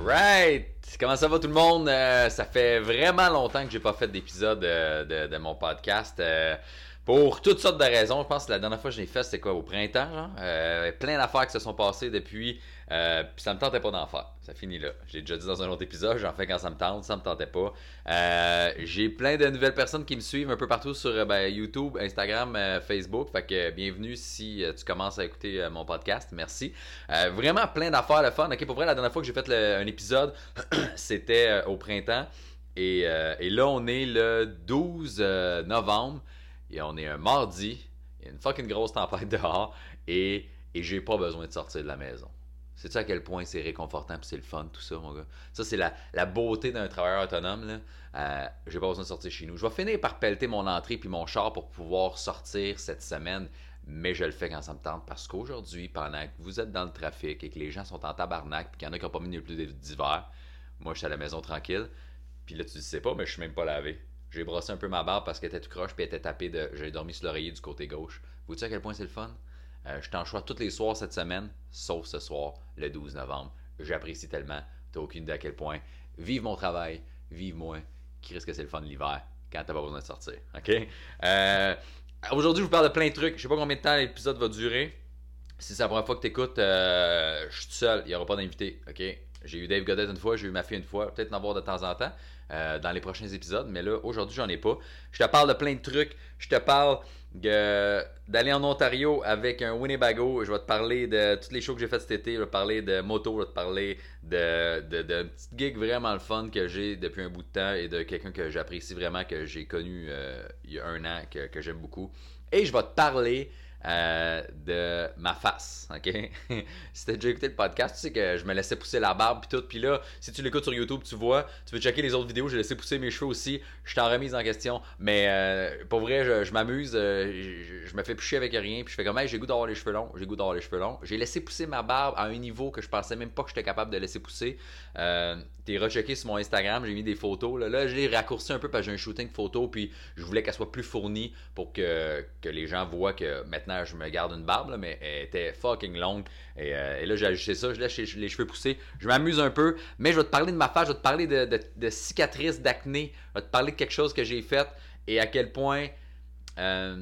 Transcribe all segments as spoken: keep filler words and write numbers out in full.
Alright! Comment ça va tout le monde? Euh, ça fait vraiment longtemps que j'ai pas fait d'épisode euh, de, de mon podcast. Euh, pour toutes sortes de raisons. Je pense que la dernière fois que je l'ai fait, c'était quoi? Au printemps, genre? Euh, plein d'affaires qui se sont passées depuis. Euh, Puis ça me tentait pas d'en faire. Ça finit là. J'ai déjà dit dans un autre épisode, j'en fais quand ça me tente, ça me tentait pas. Euh, j'ai plein de nouvelles personnes qui me suivent un peu partout sur ben, YouTube, Instagram, euh, Facebook. Fait que bienvenue si euh, tu commences à écouter euh, mon podcast. Merci. Euh, vraiment plein d'affaires le fun. Ok, pour vrai, la dernière fois que j'ai fait le, un épisode, c'était euh, au printemps. Et, euh, et là, on est le douze euh, novembre. Et on est un mardi. Il y a une fucking grosse tempête dehors. Et, et j'ai pas besoin de sortir de la maison. Sais-tu à quel point c'est réconfortant et c'est le fun, tout ça, mon gars? Ça, c'est la, la beauté d'un travailleur autonome, là. Euh, j'ai pas besoin de sortir chez nous. Je vais finir par pelleter mon entrée puis mon char pour pouvoir sortir cette semaine. Mais je le fais quand ça me tente parce qu'aujourd'hui, pendant que vous êtes dans le trafic et que les gens sont en tabarnak puis qu'il y en a qui n'ont pas mis le plus d'hiver, moi, je suis à la maison tranquille. Puis là, tu ne sais pas, mais je suis même pas lavé. J'ai brossé un peu ma barbe parce qu'elle était tout croche puis elle était tapée de... J'ai dormi sur l'oreiller du côté gauche. Vous savez à quel point c'est le fun? Euh, je t'en choix tous les soirs cette semaine, sauf ce soir, le douze novembre. J'apprécie tellement. T'as aucune idée à quel point. Vive mon travail, vive moi. Qui risque que c'est le fun l'hiver quand t'as pas besoin de sortir. OK? Euh, aujourd'hui, je vous parle de plein de trucs. Je sais pas combien de temps l'épisode va durer. Si c'est la première fois que t'écoutes, euh, je suis tout seul. Il n'y aura pas d'invité. OK? J'ai eu Dave Goddard une fois, j'ai eu ma fille une fois. Peut-être en avoir de temps en temps euh, dans les prochains épisodes. Mais là, aujourd'hui, j'en ai pas. Je te parle de plein de trucs. Je te parle de, d'aller en Ontario avec un Winnebago. Je vais te parler de toutes les shows que j'ai faites cet été. Je vais te parler de moto. Je vais te parler de, de, de, de petite gig vraiment le fun que j'ai depuis un bout de temps et de quelqu'un que j'apprécie vraiment, que j'ai connu euh, il y a un an, que, que j'aime beaucoup. Et je vais te parler Euh, de ma face, ok? Si t'as déjà écouté le podcast, tu sais que je me laissais pousser la barbe pis tout, pis là, si tu l'écoutes sur YouTube, tu vois, tu veux checker les autres vidéos, j'ai laissé pousser mes cheveux aussi, je t'en remise en question, mais euh, pour vrai, je, je m'amuse, euh, je, je me fais picher avec rien, puis je fais comme, hey, j'ai goût d'avoir les cheveux longs, j'ai goût d'avoir les cheveux longs. J'ai laissé pousser ma barbe à un niveau que je pensais même pas que j'étais capable de laisser pousser. Euh, t'es rechecké sur mon Instagram, j'ai mis des photos, là, là je l'ai raccourci un peu parce que j'ai un shooting photo, puis je voulais qu'elle soit plus fournie pour que, que les gens voient que maintenant je me garde une barbe, là, mais elle était fucking longue. Et, euh, et là, j'ai ajusté ça, je laisse les cheveux pousser. Je m'amuse un peu, mais je vais te parler de ma face, je vais te parler de, de, de cicatrices, d'acné, je vais te parler de quelque chose que j'ai fait et à quel point euh,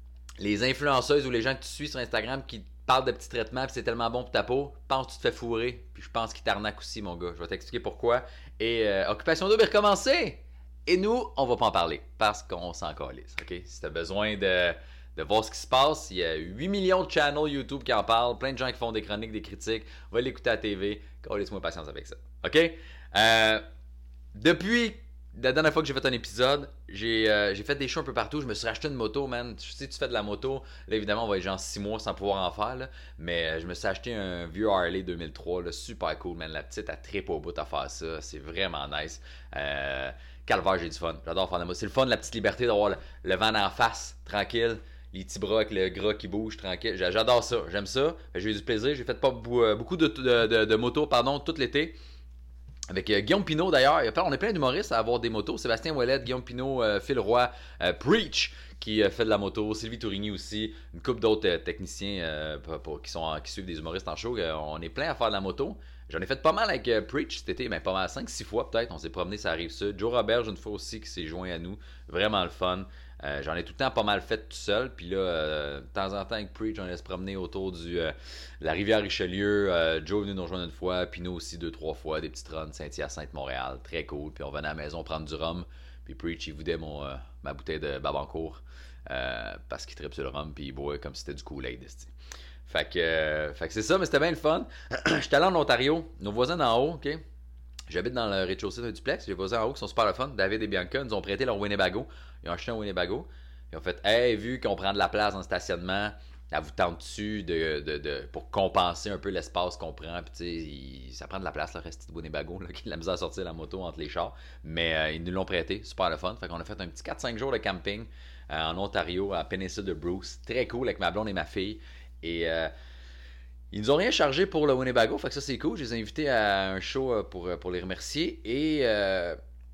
les influenceuses ou les gens que tu suis sur Instagram qui parlent de petits traitements puis c'est tellement bon pour ta peau, pense que tu te fais fourrer, puis je pense qu'ils t'arnaquent aussi, mon gars. Je vais t'expliquer pourquoi. Et euh, Occupation Double est recommencé! Et nous, on va pas en parler parce qu'on s'en calisse, ok? Si t'as besoin de... de voir ce qui se passe. Il y a huit millions de channels YouTube qui en parlent, plein de gens qui font des chroniques, des critiques. Va l'écouter à la T V. Laisse-moi patience avec ça. OK? Euh, depuis la dernière fois que j'ai fait un épisode, j'ai, euh, j'ai fait des shows un peu partout. Je me suis racheté une moto, man. Si tu fais de la moto, là, évidemment, on va être genre six mois sans pouvoir en faire. Là. Mais euh, je me suis acheté un vieux Harley deux mille trois. Là, super cool, man. La petite, elle tripe au bout à faire ça. C'est vraiment nice. Euh, calvaire, j'ai du fun. J'adore faire de la moto. C'est le fun, la petite liberté d'avoir le, le vent en face, tranquille. Les petits bras avec le gras qui bouge tranquille. J'adore ça. J'aime ça. J'ai eu du plaisir. J'ai fait pas beaucoup de, de, de, de motos pardon, tout l'été. Avec euh, Guillaume Pinot d'ailleurs. On est plein d'humoristes à avoir des motos. Sébastien Ouellette, Guillaume Pinot, euh, Phil Roy, euh, Preach qui euh, fait de la moto. Sylvie Tourigny aussi. Une couple d'autres euh, techniciens euh, pour, pour, qui, sont, qui suivent des humoristes en show. Euh, on est plein à faire de la moto. J'en ai fait pas mal avec euh, Preach cet été. Ben, pas mal cinq six fois peut-être. On s'est promené, ça arrive ça. Joe Roberge une fois aussi qui s'est joint à nous. Vraiment le fun. Euh, j'en ai tout le temps pas mal fait tout seul. Puis là, euh, de temps en temps avec Preach, on allait se promener autour du, euh, de la rivière Richelieu. Euh, Joe est venu nous rejoindre une fois. Pinot aussi deux, trois fois. Des petites runs, Saint-Hyacinthe, Montréal. Très cool. Puis on venait à la maison prendre du rhum. Puis Preach, il voudait mon, euh, ma bouteille de Babancourt. Euh, parce qu'il tripe sur le rhum. Puis il boit comme si c'était du Kool-Aid. Fait que, euh, fait que c'est ça, mais c'était bien le fun. J'étais allé en Ontario. Nos voisins d'en haut, OK? J'habite dans le rez-de-chaussée d'un duplex. J'ai des voisins en haut qui sont super le fun. David et Bianca nous ont prêté leur Winnebago. Ils ont acheté un Winnebago. Ils ont fait, hey, vu qu'on prend de la place dans le stationnement, elle vous tente dessus de, de, de, pour compenser un peu l'espace qu'on prend. Puis, tu sais, ça prend de la place, le reste de Winnebago, là, qui a la misère à sortir la moto entre les chars. Mais euh, ils nous l'ont prêté. Super le fun. Fait qu'on a fait un petit quatre cinq jours de camping euh, en Ontario, à la péninsule de Bruce. Très cool avec ma blonde et ma fille. Et. Euh, Ils nous ont rien chargé pour le Winnebago, fait que ça c'est cool. Je les ai invités à un show pour, pour les remercier. Et euh,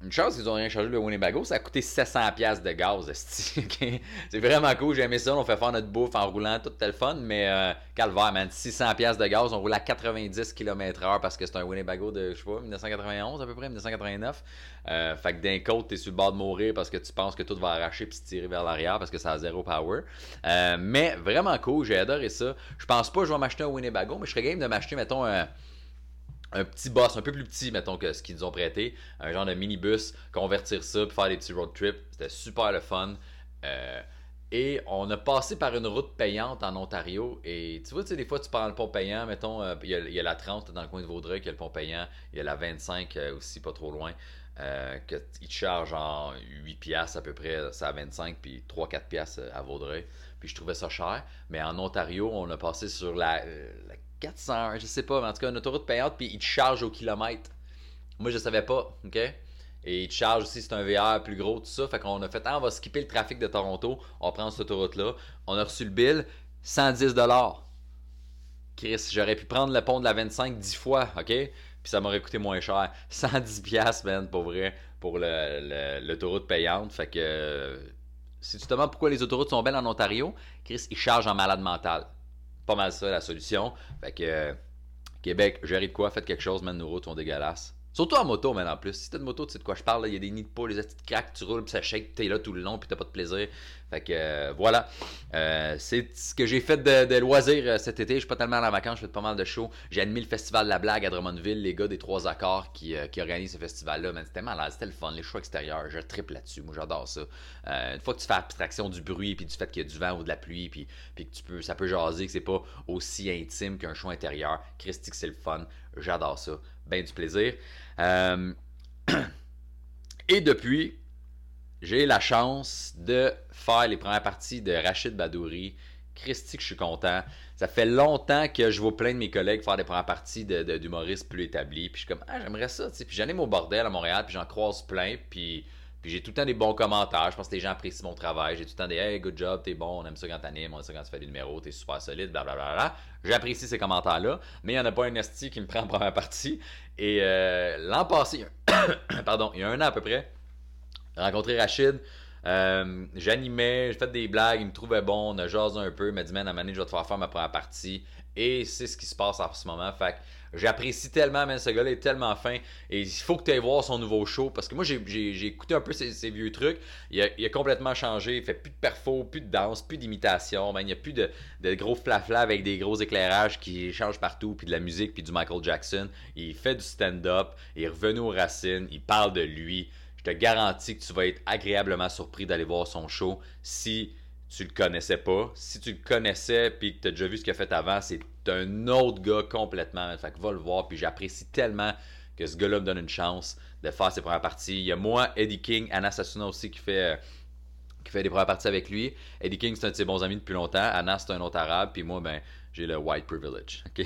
Une chance qu'ils ont rien changé le Winnebago, ça a coûté sept cents dollars de gaz, esti, okay? C'est vraiment cool, j'ai aimé ça, on fait faire notre bouffe en roulant, tout tel fun, mais euh, calvaire, man, six cents dollars de gaz, on roule à quatre-vingt-dix kilomètres heure parce que c'est un Winnebago de, je sais pas, dix-neuf cent quatre-vingt-onze à peu près, dix-neuf cent quatre-vingt-neuf. Euh, fait que d'un côté, t'es sur le bord de mourir parce que tu penses que tout va arracher puis se tirer vers l'arrière parce que ça a zéro power. Euh, mais vraiment cool, j'ai adoré ça. Je pense pas que je vais m'acheter un Winnebago, mais je serais game de m'acheter, mettons, un... un petit boss, un peu plus petit, mettons, que ce qu'ils nous ont prêté. Un genre de minibus, convertir ça, puis faire des petits road trips. C'était super le fun. Euh, et on a passé par une route payante en Ontario. Et tu vois, tu sais, des fois, tu prends le pont payant. Mettons, euh, il y, a, il y a la trente dans le coin de Vaudreuil, qui a le pont payant. Il y a la vingt-cinq euh, aussi, pas trop loin. Euh, que, ils te chargent en huit piastres à peu près, c'est à vingt-cinq, puis trois quatre piastres à Vaudreuil. Puis je trouvais ça cher. Mais en Ontario, on a passé sur la, euh, la quatre cent un, je sais pas, mais en tout cas, une autoroute payante, puis ils te chargent au kilomètre. Moi, je savais pas, ok? Et ils te chargent aussi, c'est un V R plus gros, tout ça. Fait qu'on a fait, ah, on va skipper le trafic de Toronto, on prend cette autoroute-là. On a reçu le bill, cent dix dollars. Chris, j'aurais pu prendre le pont de la vingt-cinq dix fois, ok? Puis ça m'aurait coûté moins cher. cent dix piastres, man, pour vrai, pour le, le, l'autoroute payante. Fait que, si tu te demandes pourquoi les autoroutes sont belles en Ontario, Chris, ils chargent en malade mental. Pas mal ça, la solution. Fait que, euh, Québec, gérez de quoi, faites quelque chose, man, nos routes sont dégueulasses. Surtout en moto, man, en plus. Si t'as une moto, tu sais de quoi je parle, il y a des nids de poules, les petites craques, tu roules, puis ça shake, t'es là tout le long, puis t'as pas de plaisir. Fait que, euh, voilà. Euh, c'est ce que j'ai fait de, de loisirs euh, cet été. Je suis pas tellement en vacances, je fais pas mal de shows. J'ai animé le festival de la blague à Drummondville, les gars des Trois Accords qui, euh, qui organisent ce festival-là, man. C'était malade, c'était le fun, les shows extérieurs, je triple là-dessus, moi j'adore ça. Euh, une fois que tu fais abstraction du bruit, puis du fait qu'il y a du vent ou de la pluie, puis, puis que tu peux, ça peut jaser, que c'est pas aussi intime qu'un show intérieur. Christy, c'est le fun, j'adore ça. Ben du plaisir. Euh... Et depuis, j'ai la chance de faire les premières parties de Rachid Badouri. Christy, que je suis content. Ça fait longtemps que je vois plein de mes collègues faire des premières parties de, de, d'humoristes plus établis. Puis je suis comme, ah, j'aimerais ça. T'sais. Puis j'en ai mon bordel à Montréal, puis j'en croise plein. Puis, puis j'ai tout le temps des bons commentaires. Je pense que les gens apprécient mon travail. J'ai tout le temps des, hey, good job, t'es bon, on aime ça quand t'animes, on aime ça quand tu fais des numéros, t'es super solide, blablabla. J'apprécie ces commentaires-là. Mais il n'y en a pas un esti qui me prend en première partie. Et euh, l'an passé, pardon, il y a un an à peu près, j'ai rencontré Rachid. Euh, j'animais, j'ai fait des blagues, il me trouvait bon, on a jasé un peu, il m'a dit, man, à un moment donné, je vais te faire faire ma première partie. Et c'est ce qui se passe en ce moment. Fait que j'apprécie tellement, man, ce gars-là est tellement fin. Et il faut que tu ailles voir son nouveau show. Parce que moi, j'ai, j'ai, j'ai écouté un peu ses, ses vieux trucs. Il a, il a complètement changé. Il fait plus de perfo, plus de danse, plus d'imitation. Man, il n'y a plus de, de gros flafla avec des gros éclairages qui changent partout. Puis de la musique, puis du Michael Jackson. Il fait du stand-up. Il est revenu aux racines. Il parle de lui. Je te garantis que tu vas être agréablement surpris d'aller voir son show si tu le connaissais pas. Si tu le connaissais puis que tu as déjà vu ce qu'il a fait avant, c'est un autre gars complètement. Fait que va le voir. Puis j'apprécie tellement que ce gars-là me donne une chance de faire ses premières parties. Il y a moi, Eddie King, Anna Sassouna aussi qui fait, qui fait des premières parties avec lui. Eddie King, c'est un de ses bons amis depuis longtemps. Anna, c'est un autre arabe. Puis moi, ben, j'ai le white privilege. Okay?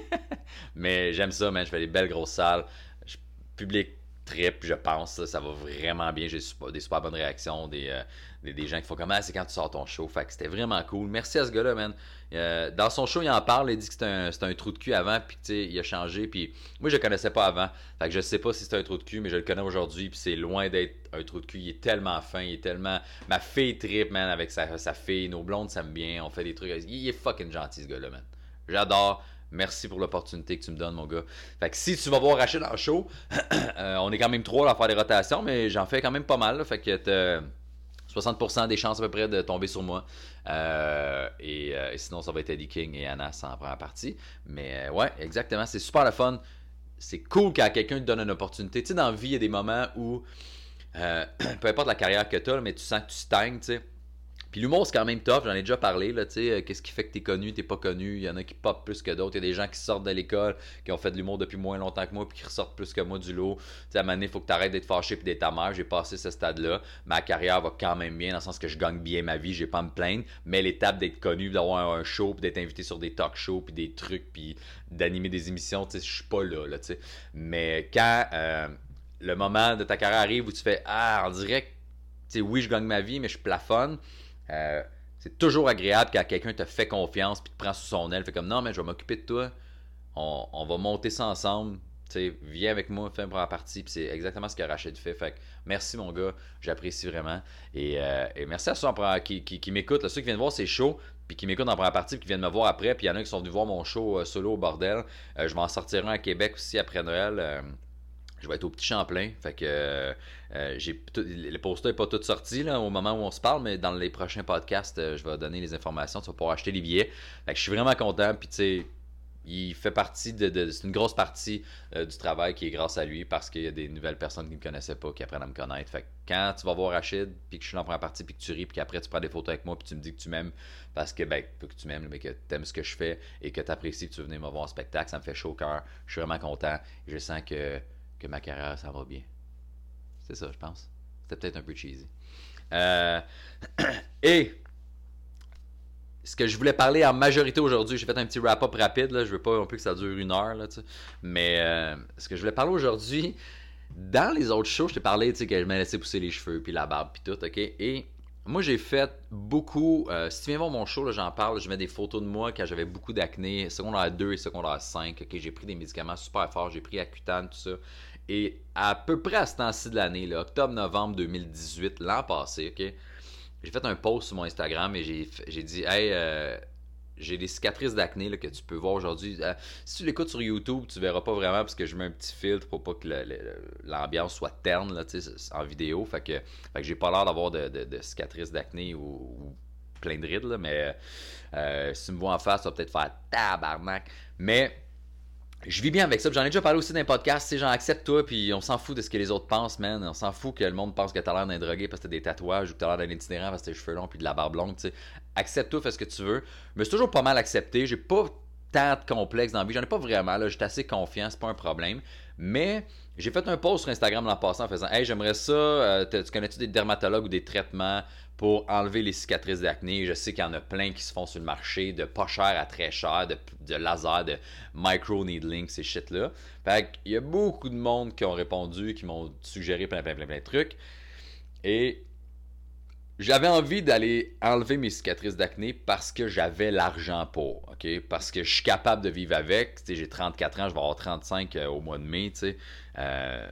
Mais j'aime ça, man. Je fais des belles grosses salles. Je public trip, je pense. Ça va vraiment bien. J'ai super, des super bonnes réactions, des, euh, des, des gens qui font comme ah, c'est quand tu sors ton show. Fait que c'était vraiment cool. Merci à ce gars-là, man. Euh, dans son show, il en parle. Il dit que c'était un, c'était un trou de cul avant, puis tu sais, il a changé. Puis moi, je le connaissais pas avant. Fait que je sais pas si c'était un trou de cul, mais je le connais aujourd'hui. Puis c'est loin d'être un trou de cul. Il est tellement fin. Il est tellement. Ma fille trip, man, avec sa, sa fille. Nos blondes s'aiment bien. On fait des trucs. Il est fucking gentil, ce gars-là, man. J'adore. Merci pour l'opportunité que tu me donnes, mon gars. Fait que si tu vas voir Rachid en show, euh, on est quand même trois à faire des rotations, mais j'en fais quand même pas mal. Là, fait que t'as soixante pour cent des chances à peu près de tomber sur moi. Euh, et, euh, et sinon, ça va être Eddie King et Anas en première partie. Mais euh, ouais, exactement. C'est super le fun. C'est cool quand quelqu'un te donne une opportunité. Tu sais, dans la vie, il y a des moments où, euh, peu importe la carrière que tu as, mais tu sens que tu stagnes, tu sais. Puis l'humour, c'est quand même tough, j'en ai déjà parlé, là, tu sais, qu'est-ce qui fait que t'es connu, t'es pas connu, il y en a qui pop plus que d'autres, il y a des gens qui sortent de l'école, qui ont fait de l'humour depuis moins longtemps que moi, puis qui ressortent plus que moi du lot. Tu sais, à un moment donné, il faut que t'arrêtes d'être fâché puis d'être ta mère, j'ai passé ce stade-là, ma carrière va quand même bien, dans le sens que je gagne bien ma vie, j'ai pas à me plaindre, mais l'étape d'être connu, d'avoir un show, puis d'être invité sur des talk shows, puis des trucs, puis d'animer des émissions, tu sais, je suis pas là, là, tu sais. Mais quand euh, le moment de ta carrière arrive où tu fais, ah, en direct, tu sais, oui, je gagne ma vie, mais je plafonne, Euh, c'est toujours agréable quand quelqu'un te fait confiance puis te prend sous son aile, fait comme non mais je vais m'occuper de toi, on, on va monter ça ensemble, sais, viens avec moi, fais une première partie, puis c'est exactement ce que Rachid fait. Fait que merci mon gars, j'apprécie vraiment. Et, euh, et merci à ceux en première- qui, qui, qui m'écoutent, là, ceux qui viennent voir ces shows, puis qui m'écoutent en première partie, puis qui viennent me voir après. Puis il y en a qui sont venus voir mon show euh, solo au bordel. Euh, je vais en sortir un à Québec aussi après Noël. Euh, je vais être au Petit Champlain. Fait que euh, euh, j'ai tout- le poster n'est pas tout sorti là, au moment où on se parle, mais dans les prochains podcasts, euh, je vais donner les informations. Tu vas pouvoir acheter les billets. Fait que je suis vraiment content. Puis tu sais, il fait partie de, de- c'est une grosse partie euh, du travail qui est grâce à lui parce qu'il y a des nouvelles personnes qui ne me connaissaient pas qui apprennent à me connaître. Fait que quand tu vas voir Rachid, puis que je suis dans la première partie, puis que tu ris, puis qu'après tu prends des photos avec moi, puis tu me dis que tu m'aimes parce que, ben, pas que tu m'aimes, mais que tu aimes ce que je fais et que tu apprécies que tu veux venir me voir en spectacle, ça me fait chaud au cœur. Je suis vraiment content. Je sens que, que ma carrière, ça va bien. C'est ça, je pense. C'était peut-être un peu cheesy. Euh... et ce que je voulais parler en majorité aujourd'hui, j'ai fait un petit wrap-up rapide, là, je veux pas non plus que ça dure une heure, là, mais euh, ce que je voulais parler aujourd'hui, dans les autres shows, je t'ai parlé que je m'ai laissé pousser les cheveux, puis la barbe, puis tout, ok? Et moi, j'ai fait beaucoup, euh, si tu viens voir mon show, là, j'en parle, je mets des photos de moi quand j'avais beaucoup d'acné, secondaire deux et secondaire cinq, ok? J'ai pris des médicaments super forts, j'ai pris Accutane, tout ça. Et à peu près à ce temps-ci de l'année, octobre-novembre deux mille dix-huit, l'an passé, ok? J'ai fait un post sur mon Instagram et j'ai, j'ai dit hey, euh, j'ai des cicatrices d'acné là, que tu peux voir aujourd'hui. Euh, si tu l'écoutes sur YouTube, tu verras pas vraiment parce que je mets un petit filtre pour pas que le, le, l'ambiance soit terne là, en vidéo. Fait que, fait que j'ai pas l'air d'avoir de, de, de cicatrices d'acné ou, ou plein de rides, là, mais euh, si tu me vois en face, tu vas peut-être faire tabarnak. Mais je vis bien avec ça. J'en ai déjà parlé aussi dans un podcast. J'en accepte toi, puis on s'en fout de ce que les autres pensent, man. On s'en fout que le monde pense que t'as l'air d'un drogué parce que t'as des tatouages ou que t'as l'air d'un itinérant parce que t'as les cheveux longs puis de la barbe longue. T'sais. Accepte-toi, fais ce que tu veux. Mais c'est toujours pas mal accepté. J'ai pas tant de complexes dans la vie. J'en ai pas vraiment. Là. J'étais assez confiant, c'est pas un problème. Mais j'ai fait un post sur Instagram l'an passé en faisant hey, j'aimerais ça. Euh, tu connais-tu des dermatologues ou des traitements pour enlever les cicatrices d'acné? Je sais qu'il y en a plein qui se font sur le marché, de pas cher à très cher, de, de laser, de micro-needling, ces shit-là. Fait qu'il y a beaucoup de monde qui ont répondu, qui m'ont suggéré plein, plein, plein, plein de trucs. Et j'avais envie d'aller enlever mes cicatrices d'acné parce que j'avais l'argent pour, ok? Parce que je suis capable de vivre avec. T'sais, j'ai trente-quatre ans, je vais avoir trente-cinq euh, au mois de mai, tu sais. Euh,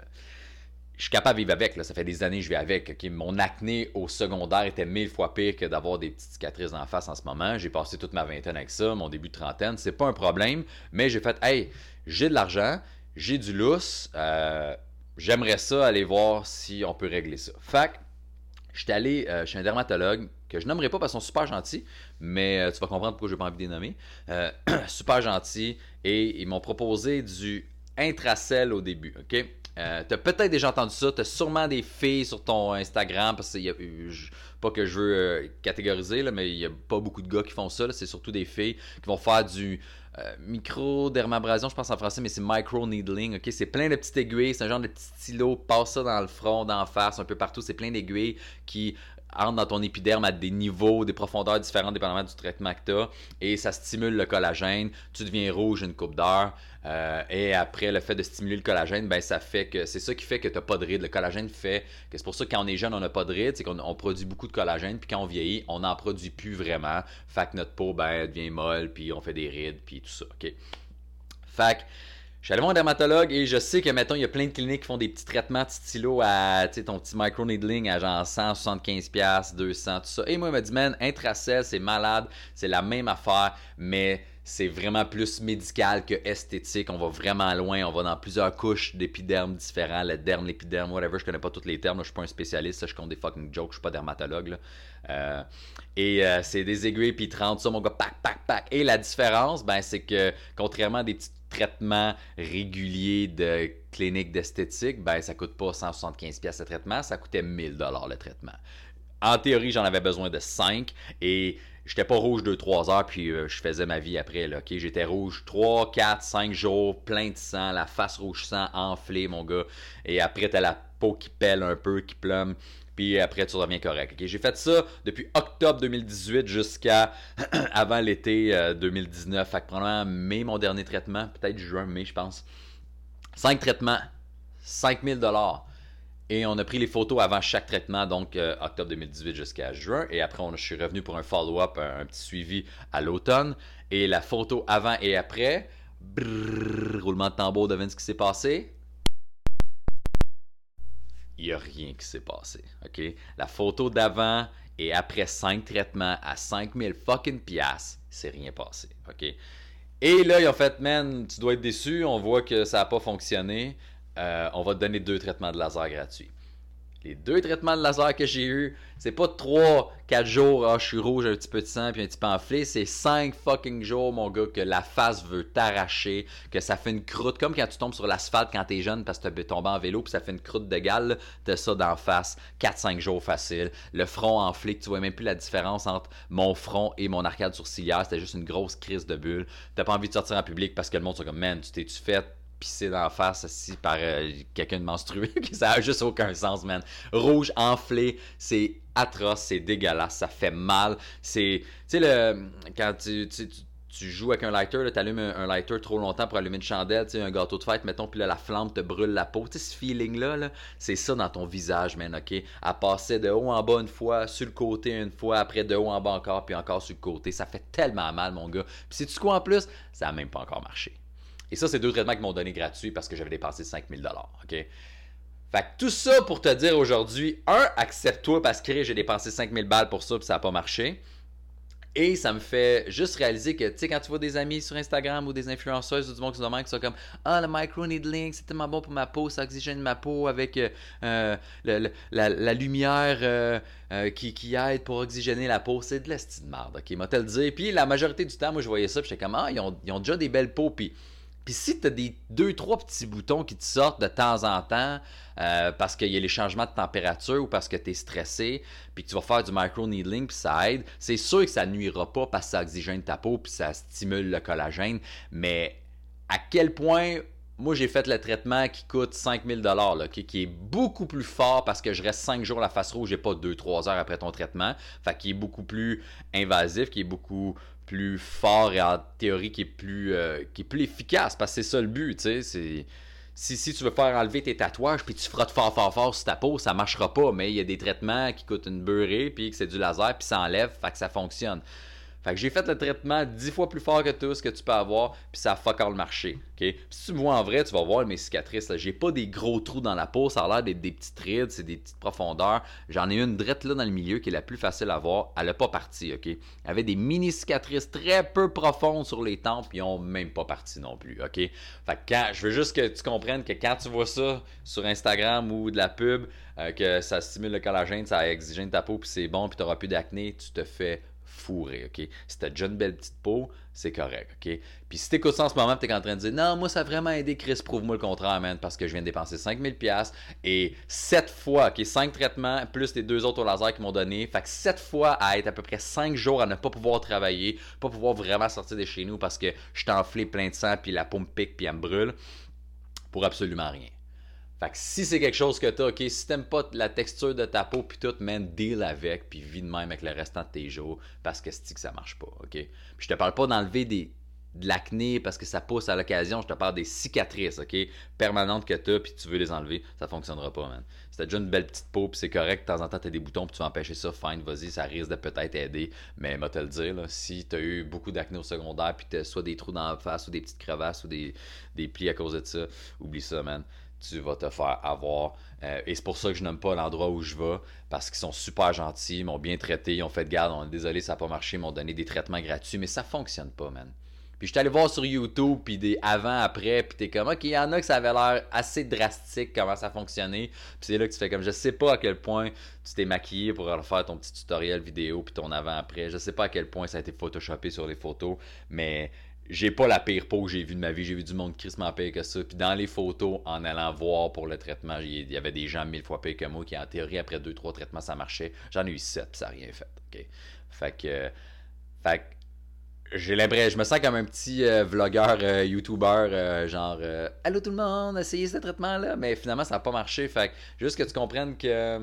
je suis capable de vivre avec, là. Ça fait des années que je vis avec. Okay? Mon acné au secondaire était mille fois pire que d'avoir des petites cicatrices en face en ce moment. J'ai passé toute ma vingtaine avec ça, mon début de trentaine. C'est pas un problème, mais j'ai fait, hey, j'ai de l'argent, j'ai du lousse, euh, j'aimerais ça aller voir si on peut régler ça. Fait que, je suis allé euh, chez un dermatologue que je nommerai pas parce qu'ils sont super gentils, mais euh, tu vas comprendre pourquoi je n'ai pas envie de les nommer. Euh, super gentils, et ils m'ont proposé du Intracel au début, ok? Euh, t'as peut-être déjà entendu ça, t'as sûrement des filles sur ton Instagram, parce que y a, je, pas que je veux euh, catégoriser, là, mais il n'y a pas beaucoup de gars qui font ça, là, c'est surtout des filles qui vont faire du euh, micro-dermabrasion, je pense en français, mais c'est micro-needling, ok? C'est plein de petites aiguilles, c'est un genre de petit stylo, passe ça dans le front, d'en face, un peu partout, c'est plein d'aiguilles qui entre dans ton épiderme à des niveaux, des profondeurs différentes dépendamment du traitement que tu as, et ça stimule le collagène, tu deviens rouge une coupe d'heure, euh, et après le fait de stimuler le collagène, ben ça fait que c'est ça qui fait que tu n'as pas de rides. Le collagène fait que c'est pour ça que quand on est jeune, on n'a pas de rides, c'est qu'on on produit beaucoup de collagène, puis quand on vieillit, on n'en produit plus vraiment, fait que notre peau ben, elle devient molle, puis on fait des rides, puis tout ça, ok? Fait que je suis allé voir un dermatologue et je sais que, mettons, il y a plein de cliniques qui font des petits traitements de stylo à, tu sais, ton petit micro-needling à genre cent soixante-quinze dollars, deux cents, tout ça. Et moi, il m'a dit, man, Intracel, c'est malade, c'est la même affaire, mais c'est vraiment plus médical que esthétique. On va vraiment loin, on va dans plusieurs couches d'épiderme différents, le derme, l'épiderme, whatever. Je connais pas tous les termes, là, je suis pas un spécialiste, ça, je compte des fucking jokes, je suis pas dermatologue, là. Euh, et euh, c'est des aiguilles puis trente, ça, mon gars, pack, pack, pack. Et la différence, ben, c'est que, contrairement à des petits traitements réguliers de clinique d'esthétique, ben, ça coûte pas cent soixante-quinze dollars le traitement, ça coûtait mille dollars le traitement. En théorie, j'en avais besoin de cinq et j'étais pas rouge deux trois heures puis euh, je faisais ma vie après. Là, okay? J'étais rouge trois, quatre, cinq jours, plein de sang, la face rouge sang, enflée, mon gars. Et après, t'as la peau qui pèle un peu, qui plume. Puis après, tu reviens correct. Okay? J'ai fait ça depuis octobre deux mille dix-huit jusqu'à avant l'été euh, deux mille dix-neuf. Fait que probablement mai, mon dernier traitement. Peut-être juin, mai, je pense. Cinq traitements, cinq mille dollars. Et on a pris les photos avant chaque traitement, donc euh, octobre deux mille dix-huit jusqu'à juin. Et après, on, je suis revenu pour un follow-up, un, un petit suivi à l'automne. Et la photo avant et après, Brrr, roulement de tambour, devine ce qui s'est passé. Il n'y a rien qui s'est passé, ok? La photo d'avant et après cinq traitements à cinq mille fucking piastres, c'est rien passé, ok? Et là, ils ont fait, man, tu dois être déçu, on voit que ça n'a pas fonctionné, euh, on va te donner deux traitements de laser gratuits. Les deux traitements de laser que j'ai eu, c'est pas trois quatre jours, ah, je suis rouge, un petit peu de sang, puis un petit peu enflé. C'est cinq fucking jours, mon gars, que la face veut t'arracher, que ça fait une croûte, comme quand tu tombes sur l'asphalte quand t'es jeune parce que t'es tombé en vélo, puis ça fait une croûte de gale, t'as ça d'en face, quatre cinq jours facile. Le front enflé, que tu vois même plus la différence entre mon front et mon arcade sourcilière, c'était juste une grosse crise de bulle. T'as pas envie de sortir en public parce que le monde sont comme, man, tu t'es-tu fait pisser dans la face assis par euh, quelqu'un de menstrué, ça a juste aucun sens, man. Rouge, enflé, c'est atroce, c'est dégueulasse, ça fait mal. C'est, tu sais, le, quand tu, tu, tu, tu joues avec un lighter, tu allumes un, un lighter trop longtemps pour allumer une chandelle, tu sais, un gâteau de fête, mettons, puis là, la flamme te brûle la peau. Tu sais, ce feeling-là, là, c'est ça dans ton visage, man, ok? À passer de haut en bas une fois, sur le côté une fois, après de haut en bas encore, puis encore sur le côté. Ça fait tellement mal, mon gars. Puis sais-tu quoi en plus? Ça n'a même pas encore marché. Et ça, c'est deux traitements qu'ils m'ont donné gratuits parce que j'avais dépensé cinq mille dollars, ok? Fait que tout ça pour te dire aujourd'hui, un, accepte-toi parce que j'ai dépensé cinq mille balles pour ça puis ça n'a pas marché. Et ça me fait juste réaliser que, tu sais, quand tu vois des amis sur Instagram ou des influenceuses ou du monde qui sont, qui sont comme « Ah, le micro-needling, c'est tellement bon pour ma peau, ça oxygène ma peau avec euh, le, le, la, la lumière euh, euh, qui, qui aide pour oxygéner la peau. » C'est de la style de merde, ok? Moi, te le dire. Puis la majorité du temps, moi, je voyais ça puis j'étais comme « Ah, ils ont, ils ont déjà des belles peaux. » Puis Puis si tu as des deux trois petits boutons qui te sortent de temps en temps euh, parce qu'il y a les changements de température ou parce que tu es stressé, puis que tu vas faire du micro-needling puis ça aide, c'est sûr que ça ne nuira pas parce que ça oxygène ta peau puis ça stimule le collagène. Mais à quel point, moi j'ai fait le traitement qui coûte cinq mille dollars, là, qui, qui est beaucoup plus fort parce que je reste cinq jours la face rouge et pas deux trois heures après ton traitement. Fait qu'il est beaucoup plus invasif, qui est beaucoup plus fort et en théorie qui est plus, euh, qui est plus efficace parce que c'est ça le but, tu sais, c'est... Si, si tu veux faire enlever tes tatouages puis tu frottes fort fort fort sur ta peau, ça marchera pas, mais il y a des traitements qui coûtent une beurrée puis que c'est du laser puis ça enlève, fait que ça fonctionne. Fait que j'ai fait le traitement dix fois plus fort que tout ce que tu peux avoir, puis ça a fuck all marché. Okay? Si tu me vois en vrai, tu vas voir mes cicatrices. Là. J'ai pas des gros trous dans la peau, ça a l'air d'être des petites rides, c'est des petites profondeurs. J'en ai une drette là dans le milieu qui est la plus facile à voir. Elle a pas parti, ok? Elle avait des mini cicatrices très peu profondes sur les tempes, puis ils ont même pas parti non plus, ok? Fait que quand, je veux juste que tu comprennes que quand tu vois ça sur Instagram ou de la pub, euh, que ça stimule le collagène, ça oxygène ta peau, puis c'est bon, puis t'auras plus d'acné, tu te fais fourré, ok? Si t'as déjà une belle petite peau, c'est correct, ok? Puis si t'écoutes ça en ce moment, t'es en train de dire « Non, moi ça a vraiment aidé, Chris, prouve-moi le contraire, man, parce que je viens de dépenser cinq mille dollars et sept fois, ok? cinq traitements, plus les deux autres au laser qu'ils m'ont donné, fait que sept fois à être à peu près cinq jours à ne pas pouvoir travailler, pas pouvoir vraiment sortir de chez nous parce que je suis enflé plein de sang, puis la peau me pique, puis elle me brûle, pour absolument rien. Fait que si c'est quelque chose que t'as, ok, si t'aimes pas la texture de ta peau pis tout, man, deal avec, puis vis de même avec le restant de tes jours, parce que c'est que ça marche pas, ok? Puis je te parle pas d'enlever des, de l'acné parce que ça pousse à l'occasion, je te parle des cicatrices, ok? Permanentes que t'as, puis tu veux les enlever, ça fonctionnera pas, man. Si t'as déjà une belle petite peau, puis c'est correct, de temps en temps t'as des boutons, puis tu vas empêcher ça, fine, vas-y, ça risque de peut-être aider, mais moi te le dire, là, si t'as eu beaucoup d'acné au secondaire, puis t'as soit des trous dans la face, ou des petites crevasses, ou des, des plis à cause de ça, oublie ça, man. Tu vas te faire avoir. Euh, et c'est pour ça que je n'aime pas l'endroit où je vais, parce qu'ils sont super gentils, ils m'ont bien traité, ils ont fait de garde, on est désolé, ça n'a pas marché, ils m'ont donné des traitements gratuits, mais ça fonctionne pas, man. Puis je suis allé voir sur YouTube, puis des avant-après, puis t'es comme, ok, il y en a que ça avait l'air assez drastique, comment ça fonctionnait, puis c'est là que tu fais comme, je sais pas à quel point tu t'es maquillé pour faire ton petit tutoriel vidéo, puis ton avant-après, je sais pas à quel point ça a été photoshopé sur les photos, mais j'ai pas la pire peau que j'ai vue de ma vie. J'ai vu du monde crissement pire que ça. Puis dans les photos, en allant voir pour le traitement, il y avait des gens mille fois pire que moi qui, en théorie, après deux trois traitements, ça marchait. J'en ai eu sept puis ça n'a rien fait. Okay? Fait que... Euh, fait que j'ai l'impression, je me sens comme un petit euh, vlogueur, euh, YouTuber, euh, genre euh, allô tout le monde, essayez ce traitement-là. Mais finalement, ça n'a pas marché. Fait que juste que tu comprennes que...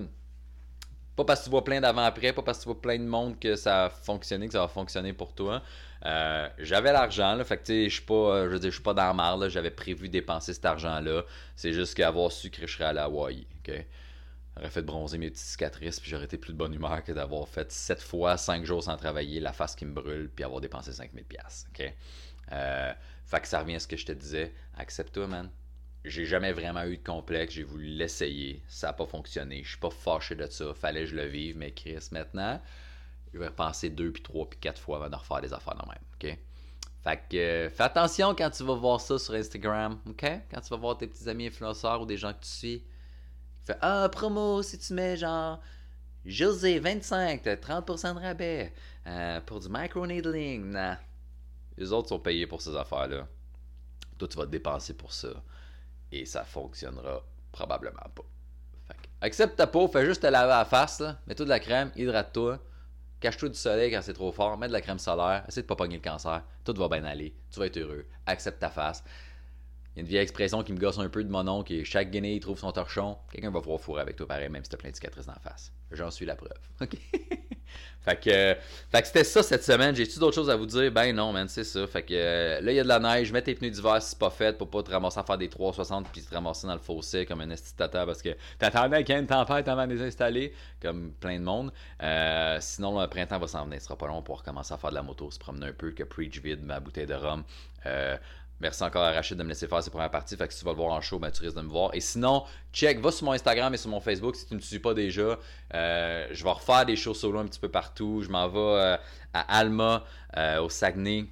Pas parce que tu vois plein d'avant-après, pas parce que tu vois plein de monde que ça a fonctionné, que ça va fonctionner pour toi. Euh, j'avais l'argent, là, fait que tu sais, je suis pas, je veux dire, je suis pas dans la marde, là, j'avais prévu dépenser cet argent-là. C'est juste qu'avoir su que je serais allé à Hawaii, ok? J'aurais fait bronzer mes petites cicatrices, puis j'aurais été plus de bonne humeur que d'avoir fait sept fois, cinq jours sans travailler, la face qui me brûle, puis avoir dépensé cinq mille dollars. OK? Euh, fait que ça revient à ce que je te disais. Accepte-toi, man. J'ai jamais vraiment eu de complexe. J'ai voulu l'essayer. Ça n'a pas fonctionné. Je suis pas fâché de ça. Fallait que je le vive. Mais Chris, maintenant, je vais repenser deux, puis trois, puis quatre fois avant de refaire des affaires de même. OK? Fait que euh, fais attention quand tu vas voir ça sur Instagram. OK? Quand tu vas voir tes petits amis influenceurs ou des gens que tu suis. Fais ah, promo si tu mets genre José vingt-cinq, t'as trente pour cent de rabais euh, pour du micro-needling. Nah. Les autres sont payés pour ces affaires-là. Toi, tu vas te dépenser pour ça. Et ça fonctionnera probablement pas. Fait que, accepte ta peau, fais juste te laver la face, là. Mets-toi de la crème, hydrate-toi. Cache-toi du soleil quand c'est trop fort. Mets de la crème solaire. Essaie de pas pogner le cancer. Tout va bien aller. Tu vas être heureux. Accepte ta face. Il y a une vieille expression qui me gosse un peu de mon oncle qui est chaque guinée trouve son torchon. Quelqu'un va pouvoir fourrer avec toi pareil, même si t'as plein de cicatrices dans la face. J'en suis la preuve. OK? fait que, euh, fait que c'était ça cette semaine. J'ai-tu d'autres choses à vous dire? Ben non, man, c'est ça. Fait que euh, là, il y a de la neige. Mets tes pneus d'hiver si c'est pas fait pour pas te ramasser à faire des trois soixante puis te ramasser dans le fossé comme un esti de tata parce que t'attendais qu'il y ait une tempête avant de les installer, comme plein de monde. Euh, sinon, le printemps va s'en venir. Ce sera pas long pour recommencer à faire de la moto, se promener un peu, que preach vide ma bouteille de rhum. Euh, Merci encore à Rachid de me laisser faire ses premières parties. Fait que si tu vas le voir en show, ben, tu risques de me voir. Et sinon, check, va sur mon Instagram et sur mon Facebook si tu ne me suis pas déjà. Euh, je vais refaire des shows solo un petit peu partout. Je m'en vais euh, à Alma, euh, au Saguenay,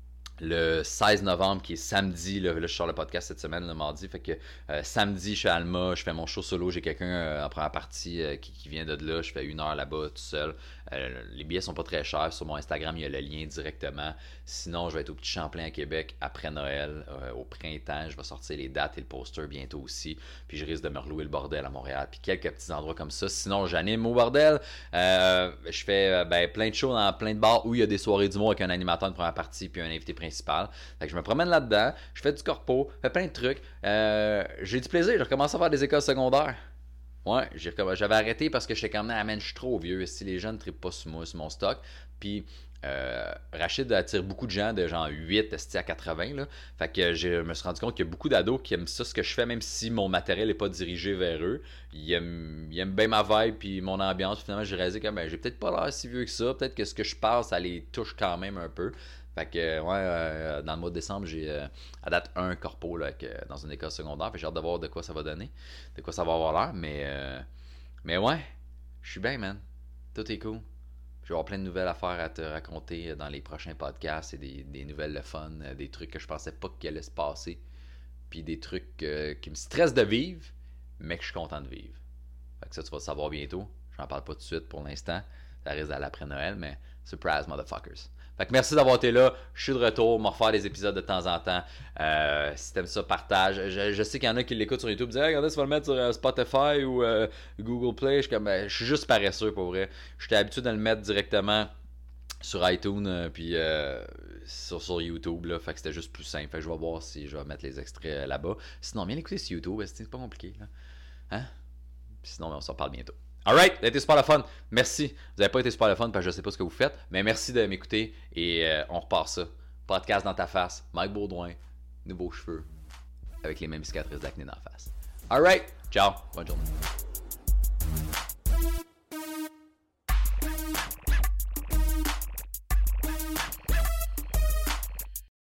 le seize novembre, qui est samedi. Là, là je sors le podcast cette semaine, le mardi. Fait que euh, samedi, je suis à Alma, je fais mon show solo. J'ai quelqu'un euh, en première partie euh, qui, qui vient de là. Je fais une heure là-bas tout seul. Euh, les billets sont pas très chers. Sur mon Instagram, il y a le lien directement. Sinon, je vais être au Petit Champlain à Québec après Noël, euh, au printemps. Je vais sortir les dates et le poster bientôt aussi. Puis je risque de me relouer le bordel à Montréal. Puis quelques petits endroits comme ça. Sinon, j'anime au bordel. Euh, je fais euh, ben, plein de shows dans plein de bars où il y a des soirées d'humour avec un animateur de première partie puis un invité principal. Fait que je me promène là-dedans. Je fais du corpo, je fais plein de trucs. Euh, j'ai du plaisir. J'ai recommencé à faire des écoles secondaires. Ouais, j'ai, j'avais arrêté parce que j'étais comme, ah man, je suis trop vieux. Si les jeunes ne trippent pas sur moi, sur mon stock. Puis, euh, Rachid attire beaucoup de gens de genre huit à quatre-vingts. Là. Fait que je me suis rendu compte qu'il y a beaucoup d'ados qui aiment ça, ce que je fais, même si mon matériel n'est pas dirigé vers eux. Ils aiment, ils aiment bien ma vibe puis mon ambiance. Finalement, j'ai réalisé que ben, j'ai peut-être pas l'air si vieux que ça. Peut-être que ce que je parle, ça les touche quand même un peu. Fait que, ouais, euh, dans le mois de décembre, j'ai euh, à date un corpo là, avec, euh, dans une école secondaire. Fait que j'ai hâte de voir de quoi ça va donner, de quoi ça va avoir l'air. Mais, euh, mais ouais, je suis bien, man. Tout est cool. Je vais avoir plein de nouvelles affaires à te raconter dans les prochains podcasts et des, des nouvelles le fun, des trucs que je pensais pas qu'il allait se passer. Puis des trucs euh, qui me stressent de vivre, mais que je suis content de vivre. Fait que ça, tu vas le savoir bientôt. J'en parle pas tout de suite pour l'instant. Ça risque d'aller après Noël, mais surprise, motherfuckers. Fait que merci d'avoir été là. Je suis de retour. Me refaire des épisodes de temps en temps. Euh, si t'aimes ça, partage. Je, je sais qu'il y en a qui l'écoutent sur YouTube. Disent hey, regardez, tu vas le mettre sur euh, Spotify ou euh, Google Play. Je suis, comme, ben, je suis juste paresseux pour vrai. J'étais habitué de le mettre directement sur iTunes euh, puis euh, sur, sur YouTube. Là. Fait que c'était juste plus simple. Fait que je vais voir si je vais mettre les extraits là-bas. Sinon, viens l'écouter sur YouTube. C'est pas compliqué. Là. Hein? Puis sinon, on s'en parle bientôt. Alright, ça a été super le fun. Merci. Vous n'avez pas été super le fun parce que je ne sais pas ce que vous faites, mais merci de m'écouter et euh, on repart ça. Podcast dans ta face, Mike Baudouin, nouveaux cheveux, avec les mêmes cicatrices d'acné dans la face. Alright, ciao, bonne journée.